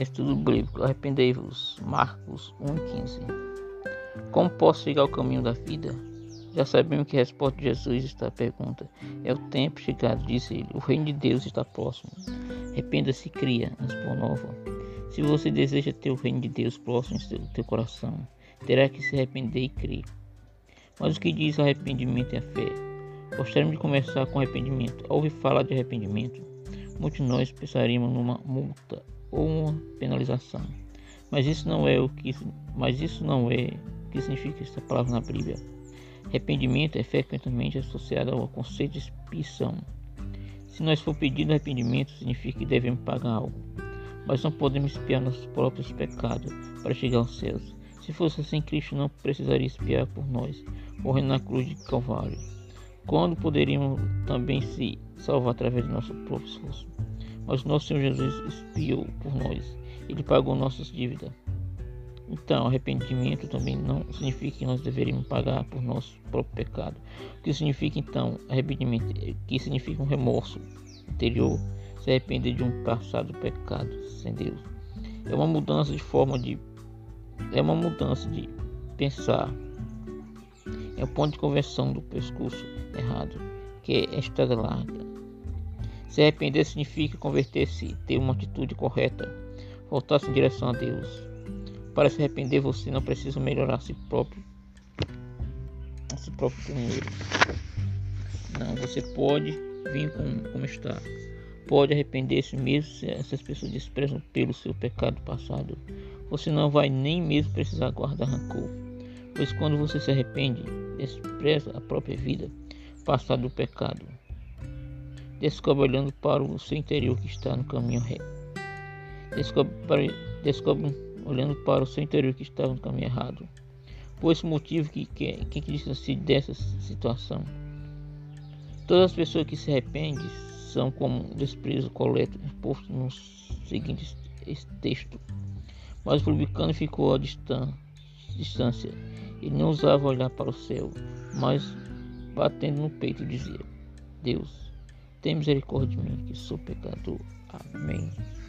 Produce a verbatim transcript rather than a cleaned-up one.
Estudo bíblico, arrependei-vos. Marcos um e quinze. Como posso chegar ao caminho da vida? Já sabemos que a resposta de Jesus está à pergunta. É o tempo chegado, disse ele. O reino de Deus está próximo. Arrependa-se e cria uma boa nova. Se você deseja ter o reino de Deus próximo em teu coração, terá que se arrepender e crer. Mas o que diz arrependimento é a fé. Gostaríamos de começar com arrependimento. Ao ouvir falar de arrependimento, muitos de nós pensaríamos numa multa ou uma penalização. Mas isso não é o que, mas isso não é o que significa esta palavra na Bíblia. Arrependimento é frequentemente associado ao conceito de expiação. Se nós for pedindo arrependimento, significa que devemos pagar algo. Mas não podemos expiar nossos próprios pecados para chegar aos céus. Se fosse assim, Cristo não precisaria expiar por nós, morrendo na cruz de Calvário. Quando poderíamos também se salvar através de nosso próprio esforço. Mas nosso Senhor Jesus expiou por nós. Ele pagou nossas dívidas. Então, arrependimento também não significa que nós deveríamos pagar por nosso próprio pecado. O que significa, então, arrependimento? Que significa um remorso interior, se arrepender de um passado pecado sem Deus. É uma mudança de forma de... É uma mudança de pensar. É o ponto de conversão do pescoço errado, que é a estrada larga. Se arrepender significa converter-se, ter uma atitude correta, voltar-se em direção a Deus. Para se arrepender, você não precisa melhorar a si próprio, a si próprio primeiro. Não, você pode vir como, como está. Pode arrepender-se mesmo se essas pessoas desprezam pelo seu pecado passado. Você não vai nem mesmo precisar guardar rancor. Pois quando você se arrepende, despreza a própria vida passada do pecado. Descobre olhando para o seu interior que está no caminho reto. Descobre, para, descobre olhando para o seu interior que está no caminho errado. Por esse motivo que quem que, que distancia dessa situação. Todas as pessoas que se arrependem são como um desprezo coleto exposto no seguinte texto. Mas o publicano ficou à distância. Ele não ousava olhar para o céu, mas batendo no peito dizia: Deus, tem misericórdia de mim, que sou pecador. Amém.